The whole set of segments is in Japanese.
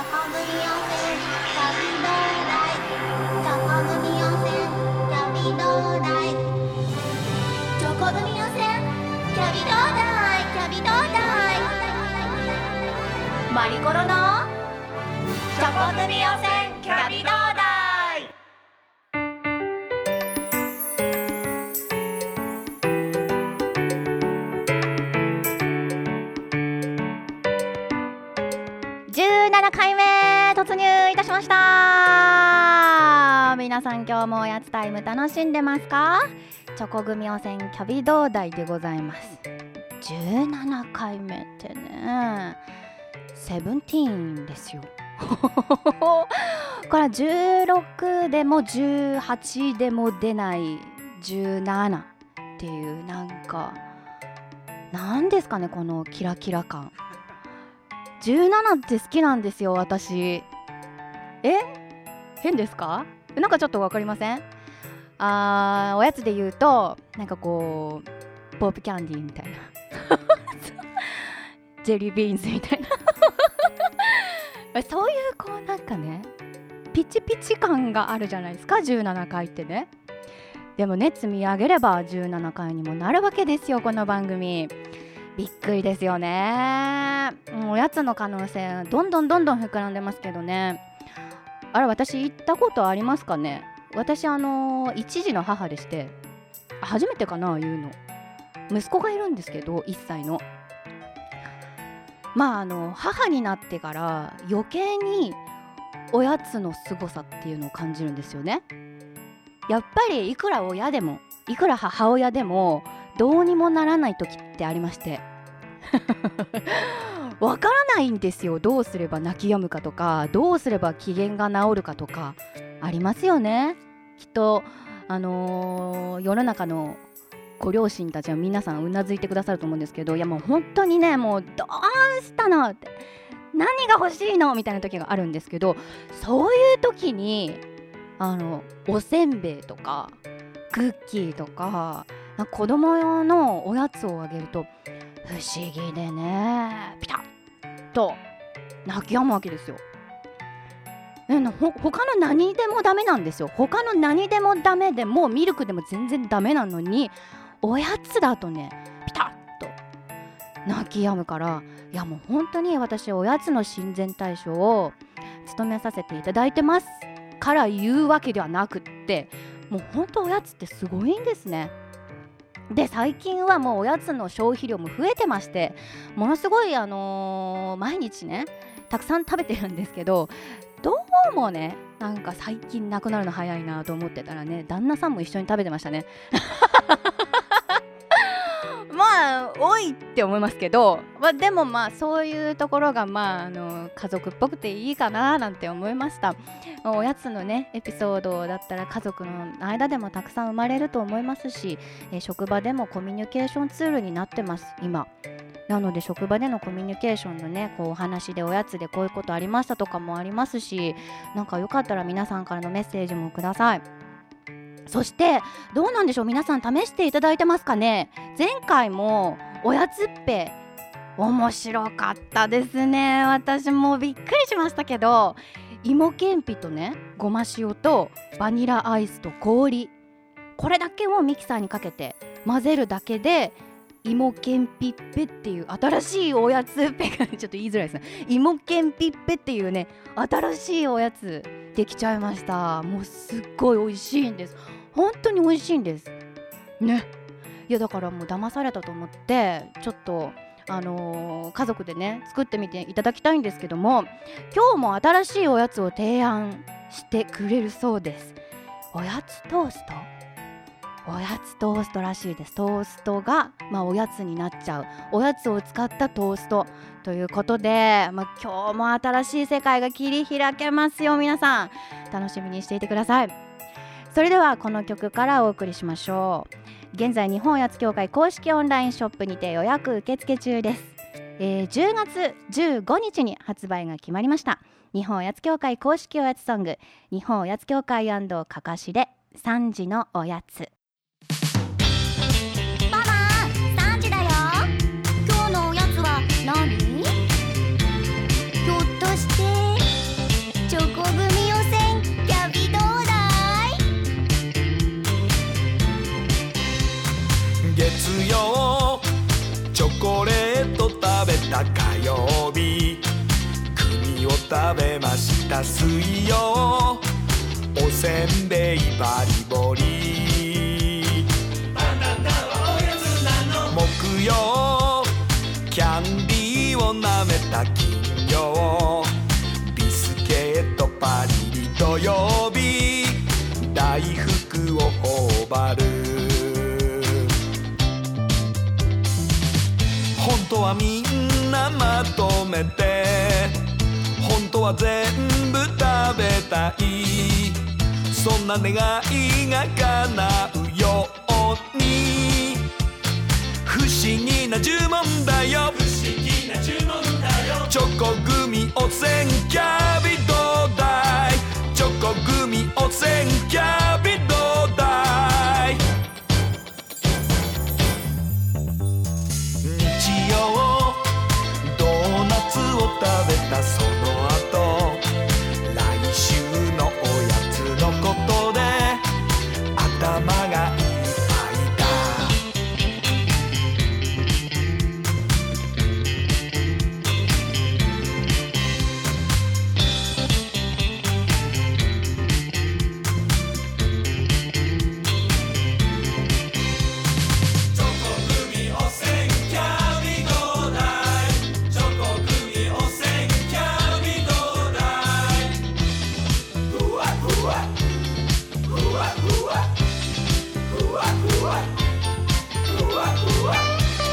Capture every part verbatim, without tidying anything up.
マリコロのチョコ組温泉キャビ同大。じゅうななかいめ突入いたしました。皆さん今日もおやつタイム楽しんでますか？チョコ組温泉キャビ同大でございます。じゅうななかいめってね、セブンティーンですよこれはじゅうろくでもじゅうはちでも出ないじゅうななっていう、なんかなんですかね、このキラキラ感。じゅうななって好きなんですよ私。え変ですか？なんかちょっとわかりません？あー、おやつで言うとなんかこうポップキャンディーみたいなジェリービーンズみたいなそういうこうなんかね、ピチピチ感があるじゃないですか、じゅうななかいってね。でもね、積み上げればじゅうななかいにもなるわけですよ、この番組。びっくりですよね。もうおやつの可能性どんどんどんどん膨らんでますけどね。あれ、私言ったことありますかね。私あのー、一児の母でして、初めてかな言うの。息子がいるんですけど、いっさいの。まああの母になってから余計におやつのすごさっていうのを感じるんですよね。やっぱりいくら親でもいくら母親でもどうにもならない時ってありましてわからないんですよ。どうすれば泣き止むかとか、どうすれば機嫌が治るかとかありますよね。きっとあのー、世の中のご両親たちは皆さんうなずいてくださると思うんですけど、いやもう本当にね、もうどうしたのって、何が欲しいのみたいな時があるんですけど、そういう時にあのおせんべいとかクッキーとか、なんか子供用のおやつをあげると不思議でね、ピタッと泣き止むわけですよ。ほ他の何でもダメなんですよ。他の何でもダメでもミルクでも全然ダメなのに、おやつだとねピタッと泣き止むから、いやもう本当に私おやつの親善大使を務めさせていただいてますから言うわけではなくって、もう本当おやつってすごいんですね。で最近はもうおやつの消費量も増えてまして、ものすごいあのー、毎日ねたくさん食べてるんですけど、どうもねなんか最近なくなるの早いなと思ってたらね、旦那さんも一緒に食べてましたねまあ多いって思いますけど、まあ、でもまあそういうところがまああの家族っぽくていいかななんて思いました。おやつのねエピソードだったら家族の間でもたくさん生まれると思いますし、え職場でもコミュニケーションツールになってます今。なので職場でのコミュニケーションのねこうお話でおやつでこういうことありましたとかもありますし、なんかよかったら皆さんからのメッセージもください。そしてどうなんでしょう、皆さん試していただいてますかね。前回もおやつっぺ面白かったですね。私もびっくりしましたけど、芋けんぴとねごま塩とバニラアイスと氷、これだけをミキサーにかけて混ぜるだけで芋けんぴっぺっていう新しいおやつっぺがちょっと言いづらいですね。芋けんぴっぺっていうね新しいおやつできちゃいました。もうすっごい美味しいんです。本当に美味しいんですね。いやだからもう騙されたと思ってちょっとあのー、家族でね作ってみていただきたいんですけども、今日も新しいおやつを提案してくれるそうです。おやつトースト、おやつトーストらしいです。トーストが、まあ、おやつになっちゃう、おやつを使ったトーストということで、まあ、今日も新しい世界が切り開けますよ。皆さん楽しみにしていてください。それではこの曲からお送りしましょう。現在日本おやつ協会公式オンラインショップにて予約受付中です。えー、じゅうがつじゅうごにちに発売が決まりました日本おやつ協会公式おやつソング、日本おやつ協会&かかしでさんじのおやつ。 ママさんじだよ。今日のおやつは何？ひょっとして食べました水曜おせんべいバリボリバナナはおやつなの木曜キャンディーを舐めた金曜ビスケットパリリ土曜日大福を頬張る本当はみんなまとめて本当は全部食べたいそんな願いが叶うように不思議な呪文だよ不思議な呪文だよチョコグミおせんキャビどうだいチョコグミおせんキャビどうだい日曜ドーナツを食べたその後来週のおやつのことで頭がいっぱいだチョコグミおせんキャビどうだいチョコグミおせんキャビどうだいふわふわふわふわふわふわふわふわ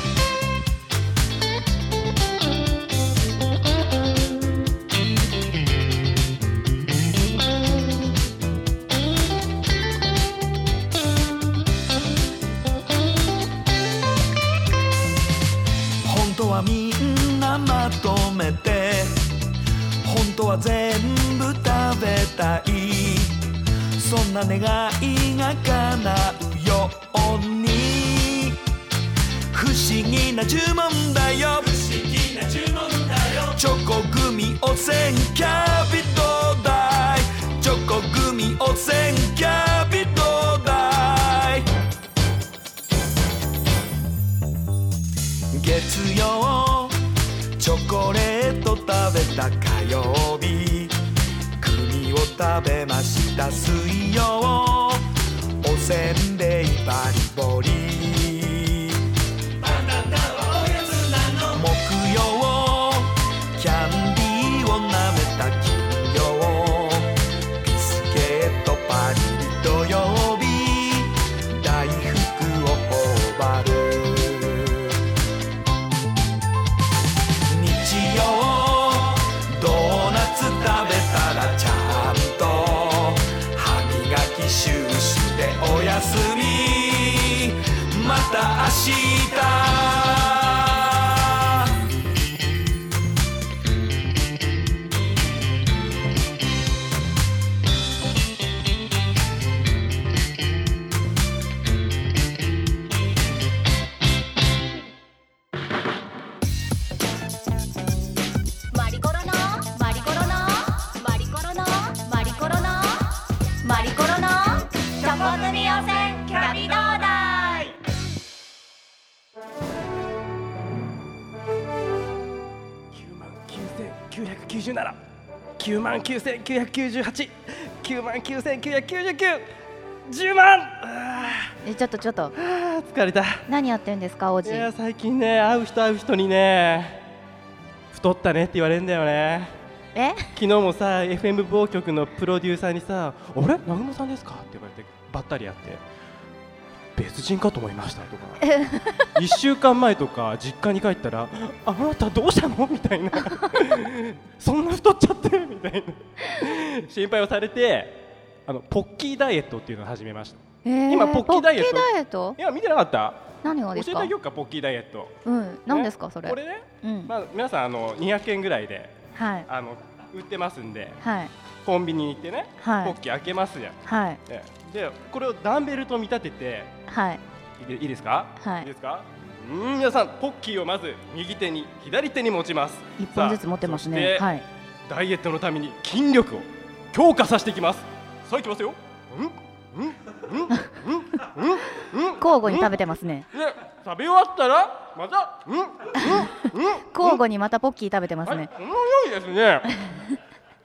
本当はみんなまとめて本当は全部食べたいそんな願いが叶うように不思議な呪文だよ不思議な呪文だよチョコグミおせんキャビどうだいチョコグミおせんキャビどうだい月曜チョコレート食べた火曜日グミを食べました水曜おせんべいバリボリバナナはおやつなの木曜キャンディーを舐めた金曜ビスケットパリリ土曜日大福を頬張る日曜ドーナツ食べたらちゃんと歯磨きシューシュでおやすみまた明日マリコロのマリコロのマリコロのマリコロのマリコロのチョコグミおせんキャビどうだいきゅうまんきゅうせんきゅうひゃくきゅうじゅうなな、きゅうまんきゅうせんきゅうひゃくきゅうじゅうはち、きゅうまんきゅうせんきゅうひゃくきゅうじゅうきゅう、じゅうまん。あえちょっとちょっとー疲れた。 何やってんですかおじいや最近ね会う人会う人にね太ったねって言われるんだよね。 え昨日もさ エフエム 某局のプロデューサーにさ「あれ南雲さんですか?」って言われてばったり会って「別人かと思いました」とかいっしゅうかんまえとか実家に帰ったら「あなたどうしたの?」みたいなそんな太っちゃってみたいな心配をされてあのポッキーダイエットっていうのを始めました。 えー今ポッキーダイエットポッキーダイエットいや見てなかった？ 何がですか教えてあげようかポッキーダイエット。 うん何ですかそれこれね、 うんまあ、皆さんあのにひゃくえんぐらいではいあの売ってますんではいコンビニに行ってね、 はいポッキー開けますじゃん。 はいねでこれをダンベルと見立ててはいいいいいですか？ はいいいですか？うーん皆さんポッキーをまず右手に左手に持ちます。 一本ずつ持ってますさあそしてねはいダイエットのために筋力を強化させていきます。さあいきますよ。うんうんうんうんうんうん交互に食べてますねで食べ終わったらまたうんうんうん交互にまたポッキー食べてますはいねこのようにですね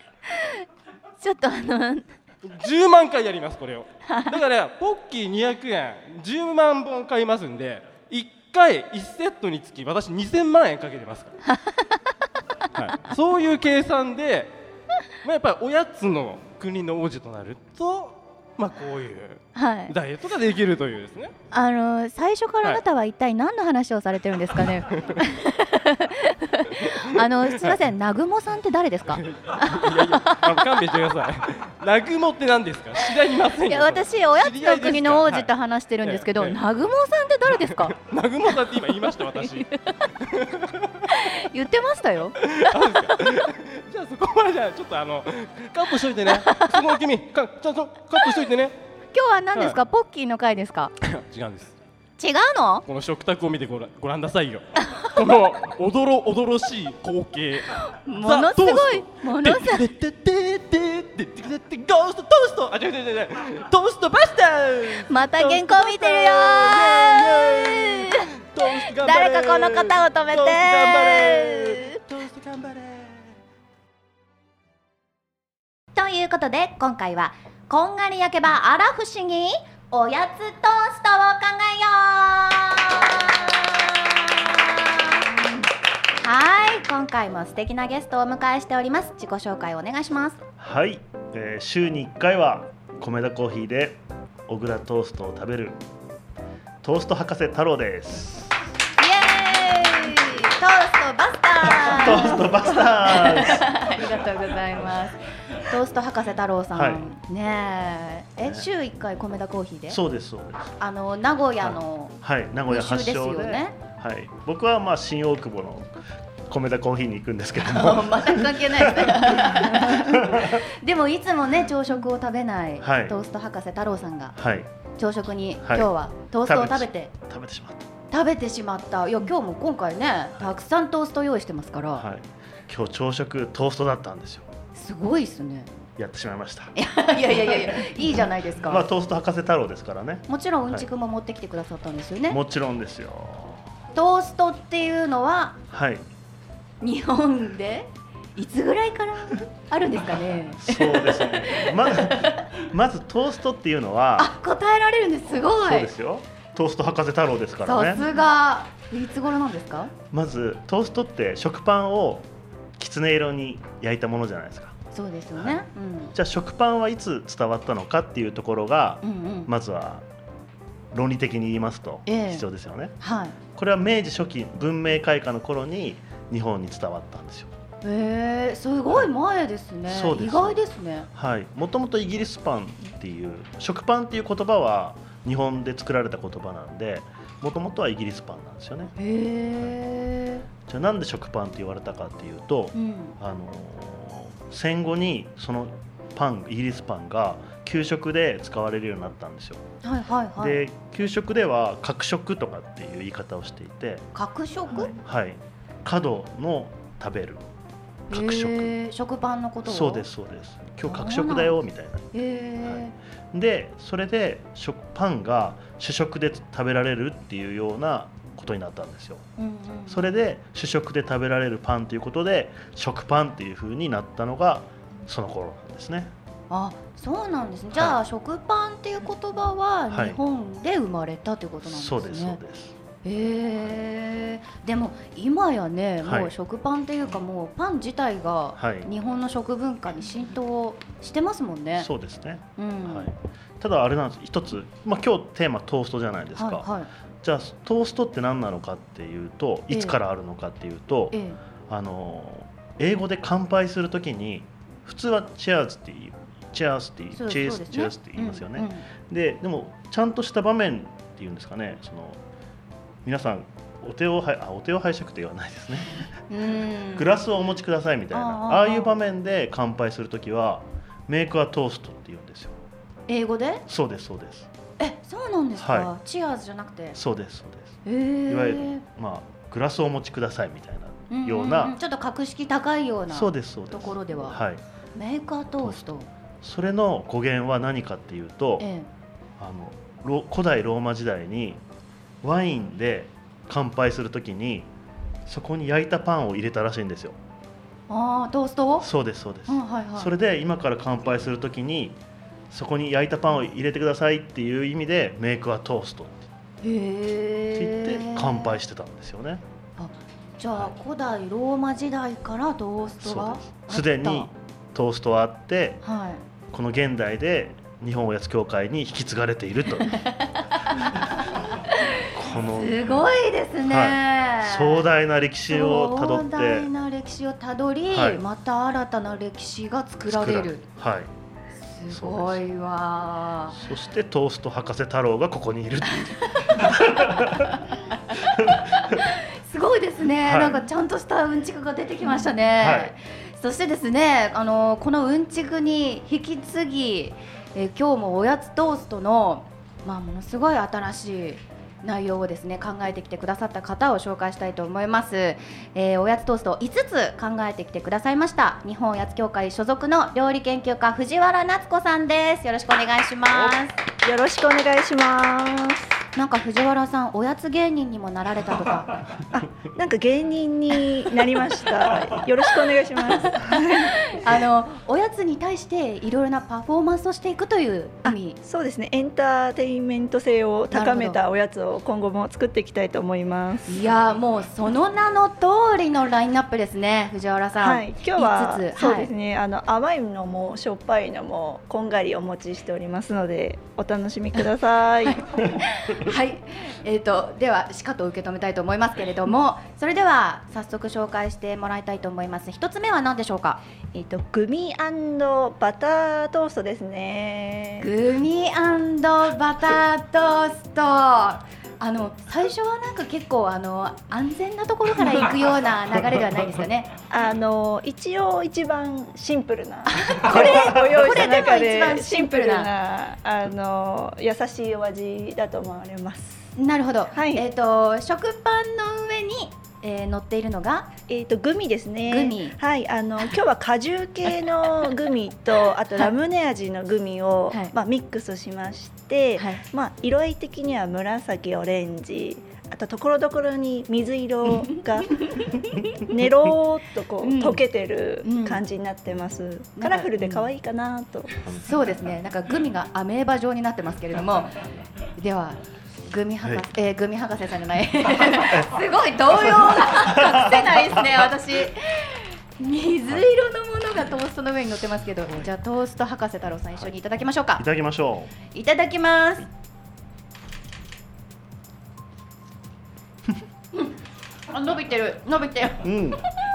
ちょっとあのじゅうまんかいやりますこれを。だからポッキーにひゃくえんじゅうまんぼん買いますんで、いっかいいちセットにつき私にせんまんえんかけてますから、はい、そういう計算で、まあ、やっぱりおやつの国の王子となると、まあ、こういうはいダイエットができるというですね。 あの最初からあなたは一体何の話をされてるんですかね。あのすみません、南雲さんって誰ですか。 いやいや、あの勘弁してください。南雲って何ですか。知りませんよ。 いや私おやつの国の王子と話してるんですけど、 はい南雲さんって誰ですか。 南雲さんって今言いました私。 言ってましたよ。 じゃあそこはじゃあちょっとあのカットしといてね。そこの君かちゃんとカットしといてね。 今日は何ですか、はい、ポッキーの回ですか。 違うんです。 違うの。 この食卓を見てごらご覧なさいよ。このおどろおどろしい光景。 ものすごいものすごい。 でででででででゴーストトースト、あ違う違う違うトーストバスター。 また原稿見てるよー。誰かこの方を止めて。 トースト頑張れ。 ということで今回はこんがり焼けばあら不思議おやつトーストを考えよう。はい、今回も素敵なゲストをお迎えしております。自己紹介をお願いします。 はい、えー、週にいっかいは米田コーヒーで小倉トーストを食べるトースト博士太郎です。 イエーイ、トーストバスター。 トーストバスターありがとうございます。トースト博士太郎さん、 はい、 ねえ、え、週いっかい米田コーヒーで。 そうですそうです。 あの名古屋の、 はい、はい、名古屋発祥で、 ね、 はい、僕はまあ新大久保の米田コーヒーに行くんですけども全く関係ないですね。でもいつもね朝食を食べない、はい、トースト博士太郎さんが、はい、朝食に、はい、今日はトーストを食べて食べてしまった食べてしまったいや今日も今回ねたくさんトースト用意してますから、はい、 今日朝食トーストだったんですよ。 すごいですね。 やってしまいました。 いやいやいやいやいいじゃないですか。 まあトースト博士太郎ですからね。 もちろんうんちくも持ってきてくださったんですよね。 もちろんですよ。 トーストっていうのは、 はい、 日本でいつぐらいからあるんですかね。 そうですね。まずまずトーストっていうのはあ、答えられるんです。すごい。 そうですよ。トースト博士太郎ですからね。 さすが。いつ頃なんですか。 まずトーストって食パンをきつね色に焼いたものじゃないですか。 そうですよね、 はい、 うん、 じゃあ食パンはいつ伝わったのかっていうところが、うんうん、まずは論理的に言いますと必要ですよね、えーはい、これは明治初期文明開化の頃に日本に伝わったんですよ。 えー、すごい前ですね、はい、そうです。意外ですね。 はい、もともとイギリスパンっていう食パンっていう言葉は日本で作られた言葉なんでもともとはイギリスパンなんですよね。へー。じゃあなんで食パンって言われたかっていうと、うん、あのー戦後にそのパンイギリスパンが給食で使われるようになったんですよ。はいはいはい。で給食では角食とかっていう言い方をしていて。角食？はい、はい、角の食べる角食。 食パンのことを。 そうですそうです。今日角食だよみたいな。へー。はい、でそれで食パンが主食で食べられるっていうようなことになったんですよ、うんうん、それで主食で食べられるパンということで食パンっていう風になったのがその頃なんですね。 あ、そうなんですね。じゃあ、はい、食パンっていう言葉は日本で生まれたということなんですね。 そうですそうです。 えー、でも今やね、 はい、 もう食パンっていうかもうパン自体が日本の食文化に浸透してますもんね。 そうですね、うん、はい、ただあれなんです一つ、まあ、今日テーマトーストじゃないですか、はいはい、じゃあトーストって何なのかっていうといつからあるのかっていうと、ええ、あの英語で乾杯するときに普通はチェアーズって言うチェアーズって言うチェースチェアーズって言いますよね、うんうん、で, でもちゃんとした場面っていうんですかね、その皆さんお手をあお手を拝借って言わないですねうんグラスをお持ちくださいみたいな あ, あ, ああいう場面で乾杯するときはメイクはトーストって言うんですよ。 英語で？ そうですそうです。 え、そうなんですか、 はい、 チアーズじゃなくて。 そうですそうです、 えー、 いわゆる、まあ、グラスをお持ちくださいみたいなような、うんうんうん、 ちょっと格式高いようなそうですそうですところでは、 はい、 メーカートースト、 それの語源は何かっていうと、ええ、あの古代ローマ時代にワインで乾杯するときにそこに焼いたパンを入れたらしいんですよ。 あートースト？ そうですそうです、 うんはいはい、 それで今から乾杯するときにそこに焼いたパンを入れてくださいっていう意味でメイクはトーストって言って乾杯してたんですよね。 あじゃあ、はい、古代ローマ時代からトーストがあった。 すでにトーストはあって、 はい、 この現代で日本おやつ協会に引き継がれているとこのすごいですね、 はい、壮大な歴史をたどって壮大な歴史をたどり、はい、また新たな歴史が作られる。 はいすごいわ。 そしてトースト博士太郎がここにいるっていうすごいですね、はい、なんかちゃんとしたうんちくが出てきましたね、はい、そしてですねあのこのうんちくに引き継ぎ、え今日もおやつトーストの、まあ、ものすごい新しい内容をですね考えてきてくださった方を紹介したいと思います、えー、おやつトーストをいつつ考えてきてくださいました日本おやつ協会所属の料理研究家藤原夏子さんです。よろしくお願いします。 よろしくお願いします。 なんか藤原さんおやつ芸人にもなられたとかあなんか芸人になりましたよろしくお願いしますあのおやつに対していろいろなパフォーマンスをしていくという意味。 そうですねエンターテインメント性を高めたおやつを今後も作っていきたいと思います。 いやもうその名の通りのラインナップですね藤原さん、 はい、今日はそうですね、はい、あの甘いのもしょっぱいのもこんがりお持ちしておりますのでお楽しみくださいはい、えーと、ではしかと受け止めたいと思いますけれどもそれでは早速紹介してもらいたいと思います。一つ目は何でしょうか。 えーと、グミ&バタートーストですね。 グミ&バタートーストあの最初はなんか結構あの安全なところから行くような流れではないですかねあの一応一番シンプルなこれご用意した中でシンプルなあの優しいお味だと思われます。 なるほど、 はい、 えーと食パンの上にえー、乗っているのが、 えー、とグミですね。 グミ、 はい、あの今日は果汁系のグミとあとラムネ味のグミを、はいまあ、ミックスしまして、はいまあ、色合い的には紫オレンジあとところどころに水色がネローっとこう、うん、溶けてる感じになってます、うん、カラフルで可愛いかなと、 うん、そうですね。なんかグミがアメーバ状になってますけれどもではグミ博士、はいえー、グミ博士さんじゃないすごい動揺が隠せないですね私水色のものがトーストの上に乗ってますけどじゃあトースト博士太郎さん一緒にいただきましょうか。 いただきましょう。いただきますあ伸びてる伸びてるうん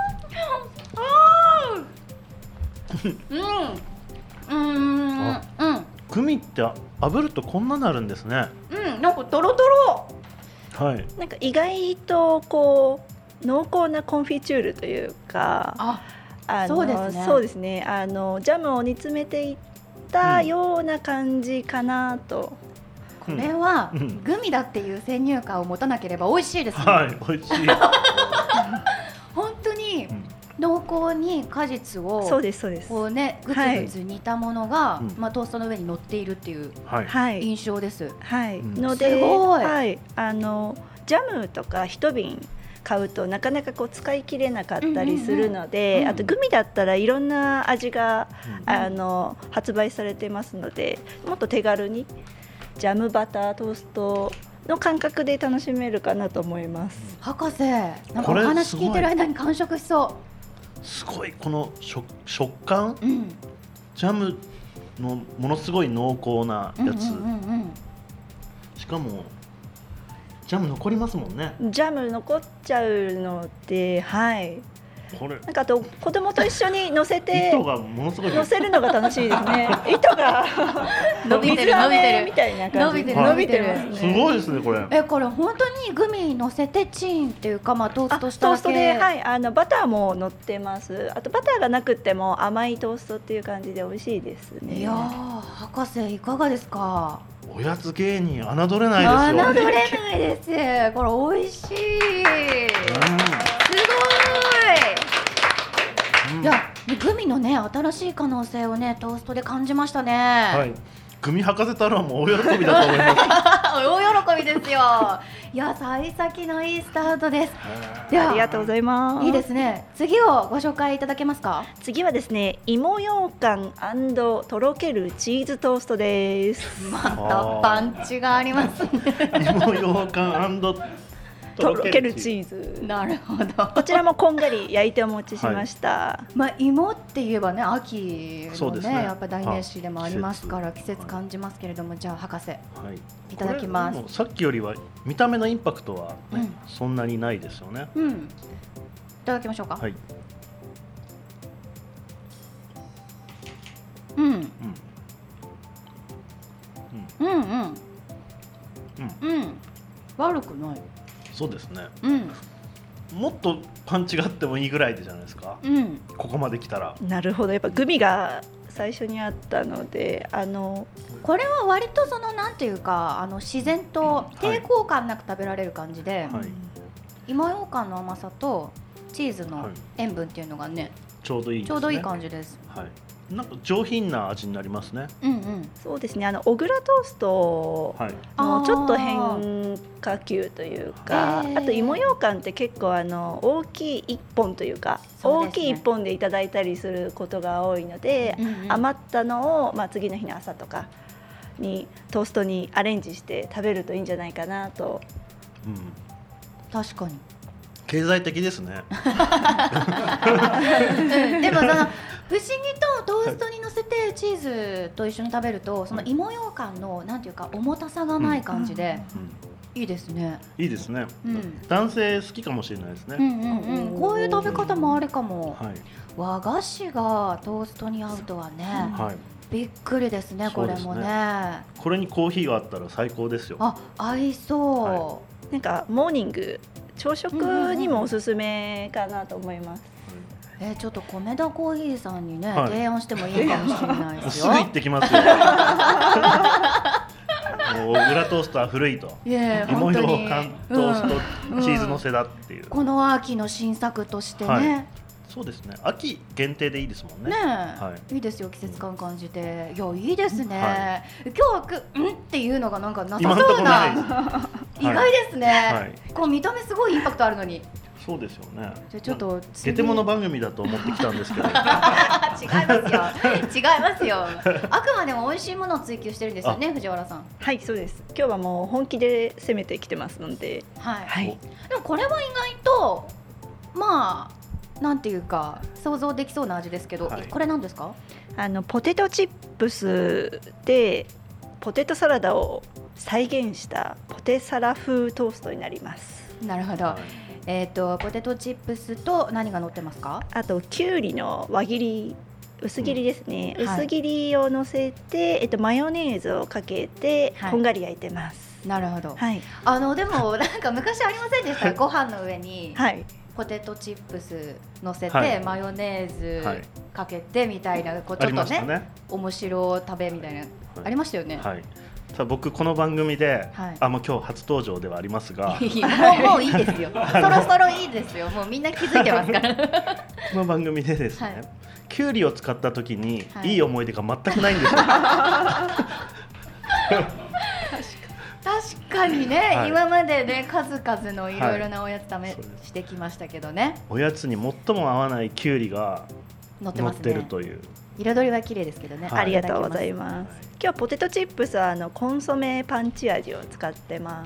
うんうんうんグミって炙るとこんななるんですね。 うん、なんかトロトロ。 はい。 なんか意外とこう濃厚なコンフィチュールというか、 あ、 あのそうですね。そうですね。あのジャムを煮詰めていったような感じかなと。 うん、これは、うん、グミだっていう先入観を持たなければ美味しいですね。 はい、美味しい。 本当に。うん濃厚に果実をそうですそうですこうねぐつぐつ煮たものが、はいまあ、トーストの上に乗っているっていう印象です。 はい、 うん、 のですごい、はい、あのジャムとか一瓶買うとなかなかこう使い切れなかったりするので、うんうんうん、あとグミだったらいろんな味が、うん、あの発売されてますのでもっと手軽にジャムバタートーストの感覚で楽しめるかなと思います。 博士なんかお話聞いてる間に完食しそう。 すごいこの 食, 食感、 うん、 ジャムのものすごい濃厚なやつ、うんうんうんうん、しかもジャム残りますもんね。 ジャム残っちゃうのではいこれなんかあと子供と一緒に乗せて糸がものすごい乗せるのが楽しいですね糸が伸びてる伸びてるみたいな感じ伸びてる伸びてる、はい、 すごいですねこれ。 えこれ本当にグミ乗せてチンっていうか、まあ、トーストしただけ。 トーストで、はい、あのバターも乗ってます。あとバターがなくても甘いトーストっていう感じで美味しいですね。 いや博士いかがですか。 おやつ芸人侮れないですよ。 侮れないですこれ美味しい、うん、すごい、うん、いやグミのね新しい可能性をねトーストで感じましたね。 はい、 グミ博士太郎はもう大喜びだと思います大喜びですよ。いや、幸先のいいスタートです。 ではありがとうございます。 いいですね。次をご紹介いただけますか。 次はですね、芋ようかん&とろけるチーズトーストです。 またパンチがありますね。 芋ようかん& とろけるチーズ。 なるほど。 こちらもこんがり焼いてお持ちしました。はい、 まあ芋って言えばね、秋の ね, ねやっぱ代名詞でもありますから季節感じますけれども、はい、じゃあ博士、はい、いただきます。 さっきよりは見た目のインパクトは、ねうん、そんなにないですよね。 うん。いただきましょうか。 はい。 うん。うん。うんうん。うん。うん。悪くない。 そうですね、 うん、 もっとパンチがあってもいいぐらいでじゃないですか、 うん、 ここまで来たら。 なるほど、やっぱグミが最初にあったので、あのこれは割とそのなんていうか、あの自然と抵抗感なく食べられる感じで、はい、芋ようかんの甘さとチーズの塩分っていうのがね、はい、 ちょうどいいですね。 ちょうどいい感じです。 はい、なんか上品な味になりますね。 うんうん、 そうですね。あの小倉トーストのちょっと変化球というか、あと芋ようかんって結構あの大きい一本というか、ね、大きい一本でいただいたりすることが多いので、うんうん、余ったのを、まあ、次の日の朝とかにトーストにアレンジして食べるといいんじゃないかなと。 うん、 確かに経済的ですね。 うん、でもその不思議とトーストに乗せてチーズと一緒に食べると、その芋ようかんのなんていうか重たさがない感じで、いいですね。 いいですね、 うん、 男性好きかもしれないですね。 うんうんうん、こういう食べ方もありかも、 はい、 和菓子がトーストに合うとはね、はい、びっくりですね。これも ね, ねこれにコーヒーがあったら最高ですよ。 あ、合いそう、 はい、なんかモーニング朝食にもおすすめかなと思います。 うんうんうん、えー、ちょっと米田コーヒーさんにね、はい、提案してもいいかもしれないですよ。 すぐ行ってきますよ。もう裏トーストは古いと、芋ようかんトースト、うん、チーズのせだっていう、 うん、この秋の新作としてね、 はい、そうですね。秋限定でいいですもんね。 ねえ、 はい、 いいですよ。季節感感じて、いや、いいですね。はい、今日はくんっていうのがなんかなさそうな。意外ですね。はい、こう見た目すごいインパクトあるのに。 そうですよね。 じゃちょっとゲテモノ番組だと思ってきたんですけど。違いますよ。違いますよ。あくまでも美味しいものを追求してるんですよね、藤原さん。 はい、そうです。今日はもう本気で攻めてきてますので。 はい。はい、でもこれは意外とまあなんていうか想像できそうな味ですけど、はい、これなんですか？ あのポテトチップスでポテトサラダを再現したポテサラ風トーストになります。 なるほど。はい、えーと、ポテトチップスと何が乗ってますか？ あときゅうりの輪切り、薄切りですね、うん、薄切りを乗せて、えっと、マヨネーズをかけてこんがり焼いてます。 はい、なるほど。 はい、 あのでもなんか昔ありませんでした？ご飯の上に、 はい、 ポテトチップス乗せて、 はい、 マヨネーズかけてみたいな、こうちょっと ね, ね面白食べみたいな、はい、ありましたよね。 はい、さあ僕この番組で、はい、あもう今日初登場ではありますが、 もうもういいですよ。そろそろいいですよ。もうみんな気づいてますから。 この番組でですね、はい、きゅうりを使った時に、はい、いい思い出が全くないんですよ。 確かにね、はい、今までね数々のいろいろなおやつ試してきましたけどね、はい、 おやつに最も合わないきゅうりが乗ってますね。乗ってるという。 彩りは綺麗ですけどね、 はい、ありがとうございます。はい、今日はポテトチップスはあのコンソメパンチ味を使ってます。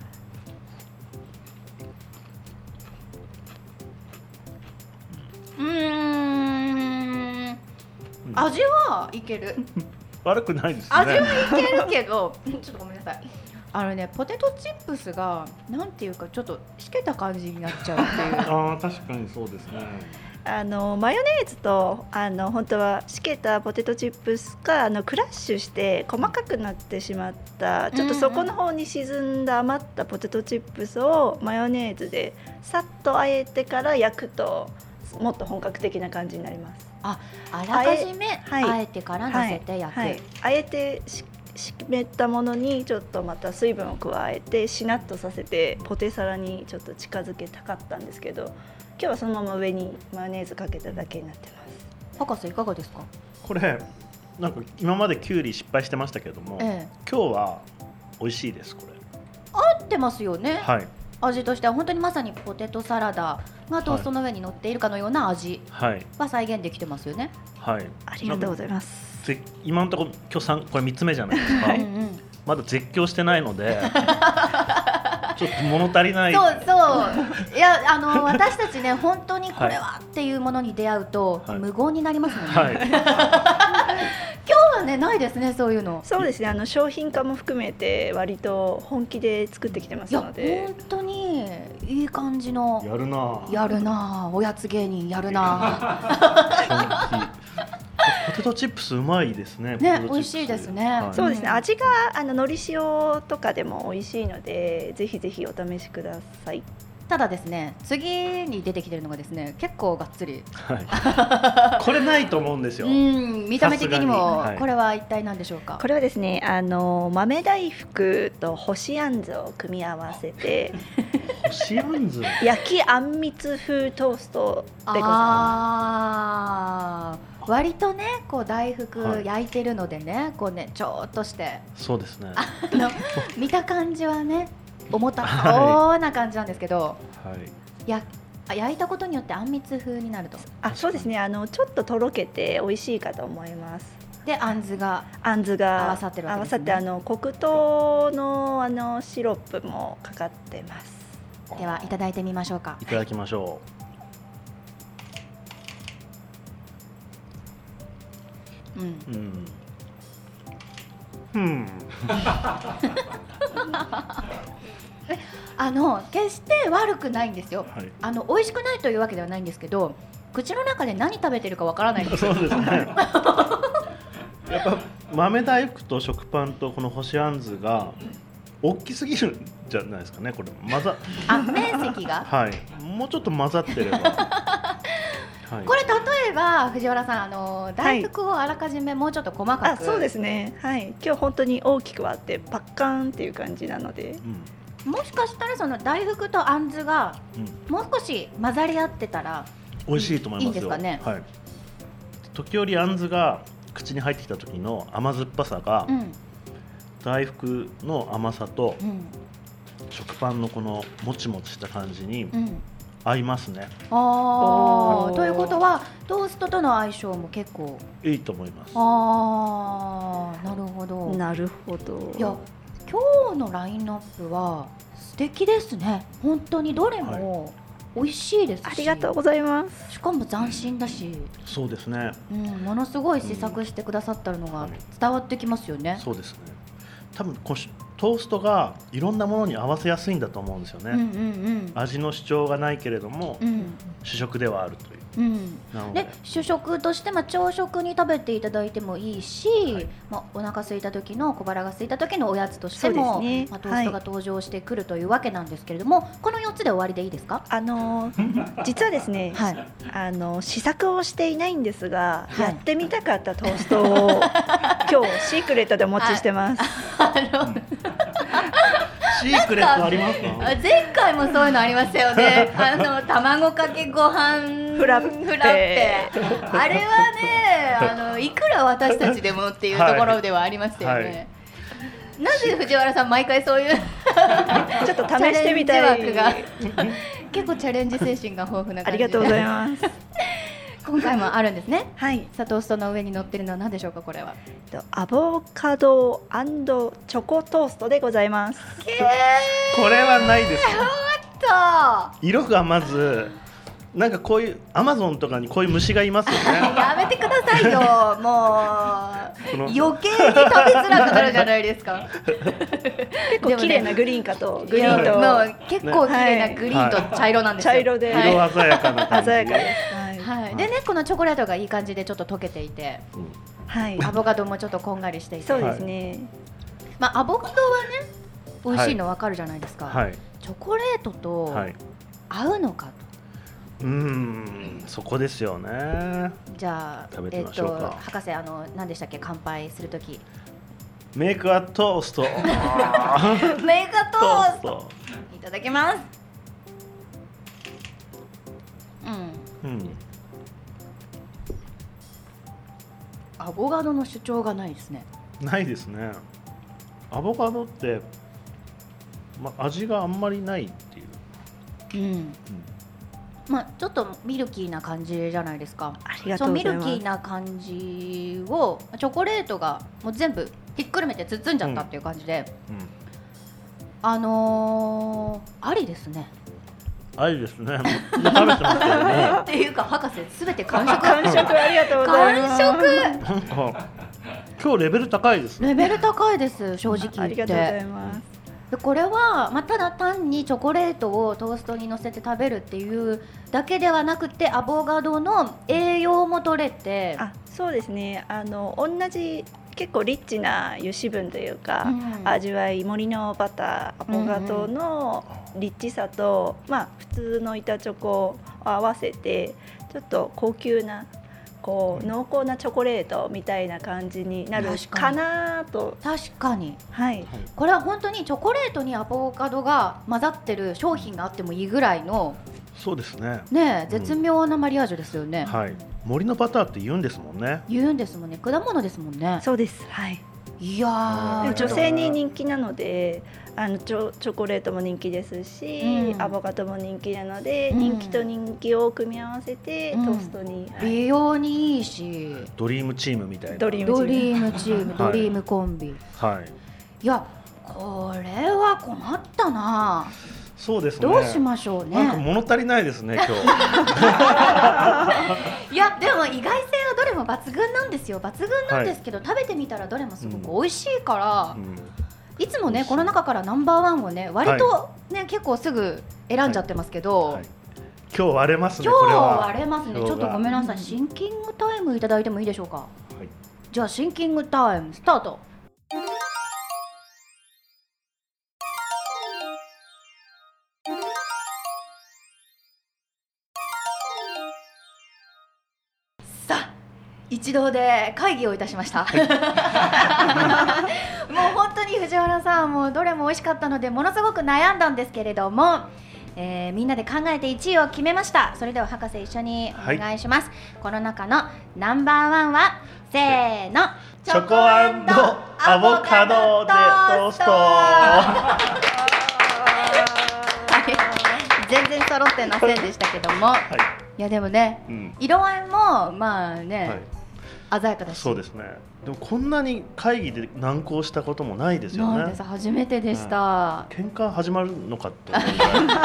うーん、味はいける。 悪くないですね。 味はいけるけどちょっとごめんなさい。あのね、ポテトチップスがなんていうかちょっとしけた感じになっちゃうっていう。 ああ、確かにそうですね。 あのマヨネーズとあの本当はしけたポテトチップスかあのクラッシュして細かくなってしまったちょっとそこの方に沈んだ余ったポテトチップスをマヨネーズでさっとあえてから焼くともっと本格的な感じになります。 あ、あらかじめあえ、はい、あえてから乗せて焼く、はいはい、 あえてし湿ったものにちょっとまた水分を加えてしなっとさせてポテサラにちょっと近づけたかったんですけど、今日はそのまま上にマヨネーズかけただけになってます。 博士いかがですか？ これなんか今まできゅうり失敗してましたけども、ええ、今日は美味しいです。これ合ってますよね、 はい、 味としては本当にまさにポテトサラダがトーストの上に乗っているかのような味は再現できてますよね。 はい、 ありがとうございます。 今のところ今日さんこれみっつめじゃないですか、はい、うんうん、まだ絶叫してないのでちょっと物足りない。 そうそういやあの私たちね本当にこれはっていうものに出会うと、はい、無言になりますもんね、はい、今日はねないですねそういうの。 そうですね、あの商品化も含めて割と本気で作ってきてますので。 いや本当にいい感じのやるなやるなおやつ芸人やるなポテトチップスうまいですね。 ね、美味しいですね。 はい、そうですね。味があの海苔塩とかでも美味しいので、ぜひぜひお試しください。 ただですね、次に出てきてるのがですね、結構がっつり。 はい、これないと思うんですよ。 うん、見た目的にも、はい、これは一体何でしょうか。 これはですね、あの豆大福と干しあんずを組み合わせて。 干しあんず。 焼きあんみつ風トーストでございます。 割とねこう大福焼いてるのでね、はい、こうねちょっとしてそうですねあの見た感じはね重たそうな感じなんですけど、はい、や焼いたことによってあんみつ風になると。 あ、そうですね、あのちょっととろけて美味しいかと思います。 であんずがあんずが合わさってるわけですね。 合わさってあの黒糖のあのシロップもかかってます。 ではいただいてみましょうか。 いただきましょう。うんうんうん、 あの決して悪くないんですよ、 はい、 あの美味しくないというわけではないんですけど、口の中で何食べてるかわからないんですよ。 そうですねやっぱ豆大福と食パンとこの干しあんずが大きすぎるんじゃないですかね。これ混ざあ面積がはいもうちょっと混ざってればはい、これ例えば藤原さんあの大福をあらかじめもうちょっと細かく、はい、 あそうですね、はい、今日本当に大きく割ってパッカーンっていう感じなので、 うん、もしかしたらその大福とあんずがもう少し混ざり合ってたら、 うん、美味しいと思いますよ。 いいんですかね、 はい、時折あんずが口に入ってきた時の甘酸っぱさが、うん、大福の甘さと、うん、食パンのこのもちもちした感じに、うん合いますね。 あということはトーストとの相性も結構いいと思います。 ああ、なるほど。 なるほど。 いや今日のラインナップは素敵ですね。本当にどれも美味しいですし、 はい、ありがとうございます。 しかも斬新だし、 そうですね。 うん、ものすごい試作してくださったのが伝わってきますよね。うんはい、 そうですね。多分こトーストがいろんなものに合わせやすいんだと思うんですよね、うんうんうん、味の主張がないけれども、うん、主食ではあるという、うん、 なので、で主食として、まあ、朝食に食べていただいてもいいし、はいまあ、お腹空いた時の小腹が空いた時のおやつとしても、ねまあ、トーストが登場してくるというわけなんですけれども、はい、このよっつで終わりでいいですか。 あのー、実はですね、はい、あの試作をしていないんですが、はい、やってみたかったトーストを今日シークレットでお持ちしてます。 シークレットありますか。 前回もそういうのありましたよね。あの卵かけご飯フラッペ、 あれはね、あのいくら私たちでもっていうところではありましたよね。はいはい、なぜ藤原さん毎回そういうちょっと試してみたいチャレンジ枠が結構チャレンジ精神が豊富な感じで。 ありがとうございます。 今回もあるんですね。 はい。 さあトーストの上に乗ってるのは何でしょうか。これはアボカド&チョコトーストでございます。 これはないです。 ちょっと色がまずなんかこういうアマゾンとかにこういう虫がいますよね。 やめてくださいよ。もう余計に食べづらくなるじゃないですか。 結構綺麗なグリーンかとグリーンと、 もう結構綺麗なグリーンと茶色なんですよ。 茶色で色鮮やかな感じ。 鮮やかです。 はい、でねこのチョコレートがいい感じでちょっと溶けていて、うんはい、アボカドもちょっとこんがりしていて、 そうですね、 まあ、アボカドはね美味しいの分かるじゃないですか、はい、チョコレートと合うのかと、はい、 うーんそこですよね。 じゃあ食べてみましょうか。 えー、と博士あの何でしたっけ乾杯するときメイクアトーストメイクアトーストいただきます。うん、うんアボカドの主張がないですね。 ないですね。アボカドって、ま、味があんまりないっていう、 うんうん、まあ、ちょっとミルキーな感じじゃないですか。 ありがとうございます。 そうミルキーな感じをチョコレートがもう全部ひっくるめて包んじゃったっていう感じで、うんうん、あのー、ありですね。 ありですね。もう食べてますけどね。 っていうか博士すべて完食。 完食ありがとうございます。 完食。 なんか今日レベル高いです。 レベル高いです正直言って。 ありがとうございます。 でこれは、まあ、ただ単にチョコレートをトーストに乗せて食べるっていうだけではなくてアボカドの栄養も取れて、 あ、そうですね。あの同じ結構リッチな油脂分というか、うん、味わい森のバターアボカドのリッチさと、うんうん、まあ、普通の板チョコを合わせてちょっと高級なこう濃厚なチョコレートみたいな感じになるかなと。 確かに、 はい、 これは本当にチョコレートにアボカドが混ざってる商品があってもいいぐらいの、 そうですね、 ね、絶妙なマリアージュですよね、 うん、はい、森のバターって言うんですもんね。 言うんですもんね。果物ですもんね。 そうです、はい。 いやー、 女性に人気なので、あのチョ、チョコレートも人気ですし、うん、アボカドも人気なので、うん、人気と人気を組み合わせて、うん、トーストに、 はい、美容にいいし、 ドリームチームみたいな、 ドリームチームドリームコンビ、 はい、 いやこれは困ったな。 そうですね。 どうしましょうね。 なんか物足りないですね今日。 いやでも意外性はどれも抜群なんですよ。抜群なんですけど、はい、食べてみたらどれもすごく美味しいから、うんうん、いつもねこの中からナンバーワンをね割とね、はい、結構すぐ選んじゃってますけど、はいはい、 今日割れますね。 今日割れますね。ちょっとごめんなさい。シンキングタイムいただいてもいいでしょうか。はい、じゃあシンキングタイムスタート。一同で会議をいたしました。もう本当に藤原さん、もうどれも美味しかったのでものすごく悩んだんですけれども、えー、みんなで考えていちいを決めました。それでは博士一緒にお願いします、はい、この中のナンバーワンはせーの、 チョコ&アボカドでトースト。 全然揃ってませんでしたけども、はい、いやでもね、うん、色合いもまあね、はい、鮮やかだし。 そうですね。でもこんなに会議で難航したこともないですよね。 ないです。初めてでした、 うん、喧嘩始まるのかと思う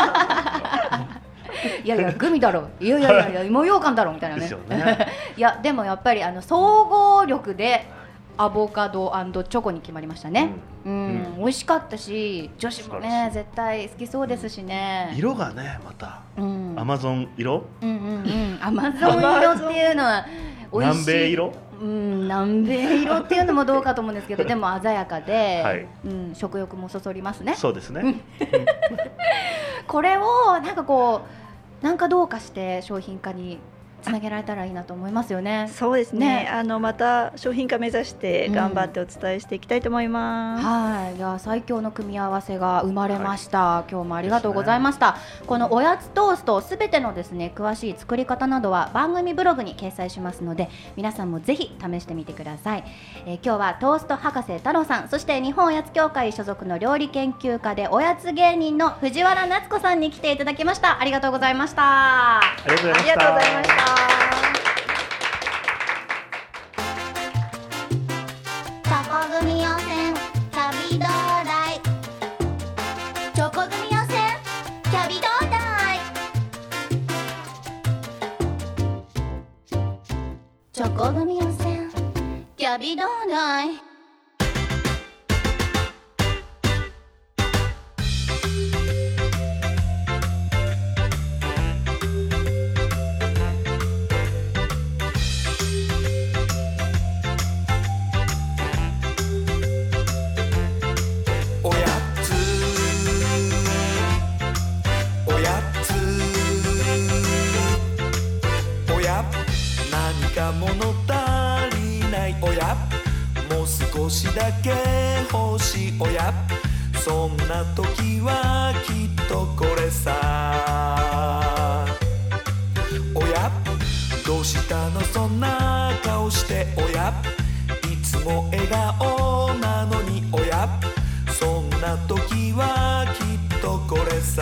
いやいやグミだろ、いやいやいやいや芋ようかんだろみたいなね。ですよね。いやでもやっぱりあの総合力でアボカド&チョコに決まりましたね。うん、うん、美味しかったし、女子もね絶対好きそうですしね。 色がねまた、うん、アマゾン色、 うんうんうん、アマゾン色っていうのは美味しい。 南米色、 うん、南米色っていうのもどうかと思うんですけどでも鮮やかで、はい、うん、食欲もそそりますね。 そうですね。 これをなんかこうなんかどうかして商品化につなげられたらいいなと思いますよね。 そうですね。ね、あのまた商品化目指して頑張ってお伝えしていきたいと思います。 うん、はい、いや最強の組み合わせが生まれました。はい、今日もありがとうございました。ね、このおやつトーストすべてのですね詳しい作り方などは番組ブログに掲載しますので皆さんもぜひ試してみてください。えー、今日はトースト博士太郎さん、そして日本おやつ協会所属の料理研究家でおやつ芸人の藤原夏子さんに来ていただきました。ありがとうございました。 ありがとうございました。 ありがとうございました。 チョコ組予選キャビどうだい、チョコ組予選キャビどうだい、チョコ組予選キャビどうだい。 物足りないおや、もう少しだけ欲しいおや、そんな時はきっとこれさ。おやどうしたのそんな顔しておや、 つも笑顔なのにおやそんな時はきっとこれさ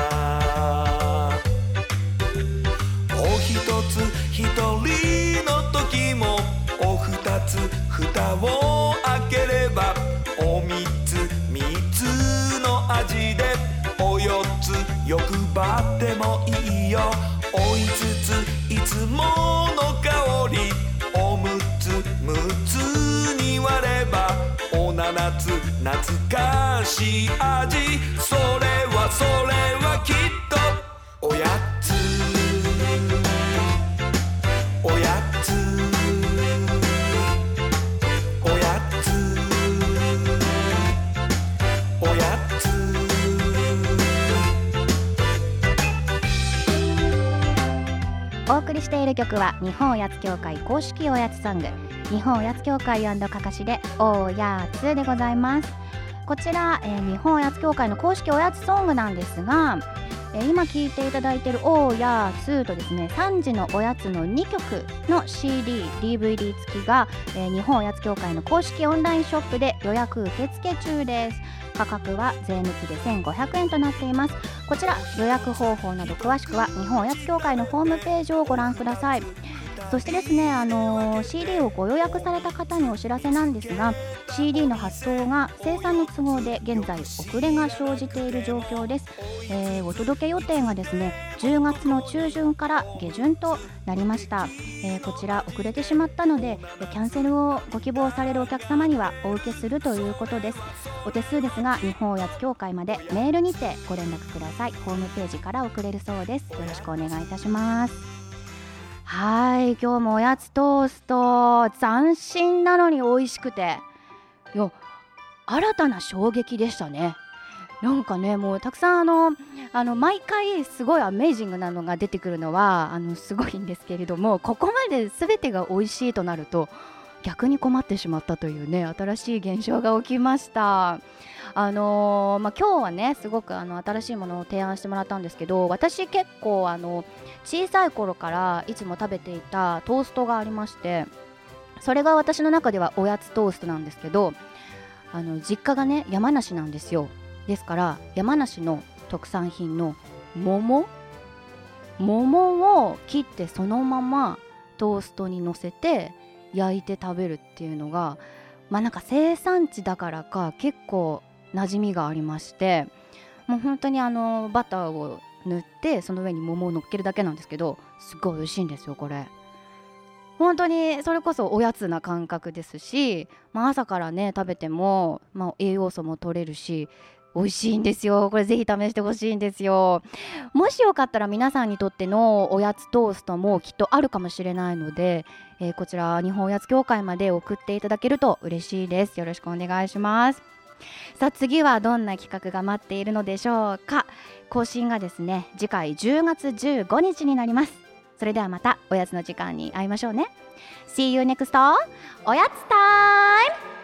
おひとつひとりの時もおふたつ蓋を開ければおみっつみっつの味でおよっつ欲張ってもいいよおいつついつもの香りおむつむつに割ればおななつ懐かしい味それはそれはきっとおやつおやつおやつおやつお送りしている曲は日本おやつ協会公式おやつソング日本おやつ協会&かかしでおやつでございます。こちら、えー、日本おやつ協会の公式おやつソングなんですが、えー、今聴いていただいているおやつとですねさんじのおやつのにきょくの シーディー、ディーブイディー 付きが、えー、日本おやつ協会の公式オンラインショップで予約受付中です。価格は税抜きでせんごひゃくえんとなっています。こちら予約方法など詳しくは日本おやつ協会のホームページをご覧ください。そしてですね、あのー、シーディー をご予約された方にお知らせなんですが シーディー の発送が生産の都合で現在遅れが生じている状況です。えー、お届け予定がですねじゅうがつの中旬から下旬となりました。えー、こちら遅れてしまったのでキャンセルをご希望されるお客様にはお受けするということです。お手数ですが日本おやつ協会までメールにてご連絡ください。ホームページから送れるそうです。よろしくお願いいたします。はい、今日もおやつトースト斬新なのに美味しくていや新たな衝撃でしたね。なんかねもうたくさんあのあの毎回すごいアメージングなのが出てくるのはあのすごいんですけれどもここまで全てが美味しいとなると逆に困ってしまったというね新しい現象が起きました。あのーまあ、今日はねすごくあの新しいものを提案してもらったんですけど私結構あの小さい頃からいつも食べていたトーストがありましてそれが私の中ではおやつトーストなんですけどあの実家がね山梨なんですよ。ですから山梨の特産品の桃桃を切ってそのままトーストに乗せて焼いて食べるっていうのがまあなんか生産地だからか結構馴染みがありましてもう本当にあのバターを塗ってその上に桃を乗っけるだけなんですけどすごい美味しいんですよ。これ本当にそれこそおやつな感覚ですし、まあ、朝からね食べても、まあ、栄養素も取れるし美味しいんですよ。これぜひ試してほしいんですよ。もしよかったら皆さんにとってのおやつトーストもきっとあるかもしれないので、えー、こちら日本おやつ協会まで送っていただけると嬉しいです。よろしくお願いします。さあ次はどんな企画が待っているのでしょうか。更新がですね次回じゅうがつじゅうごにちになります。それではまたおやつの時間に会いましょうね。See you next おやつタイム。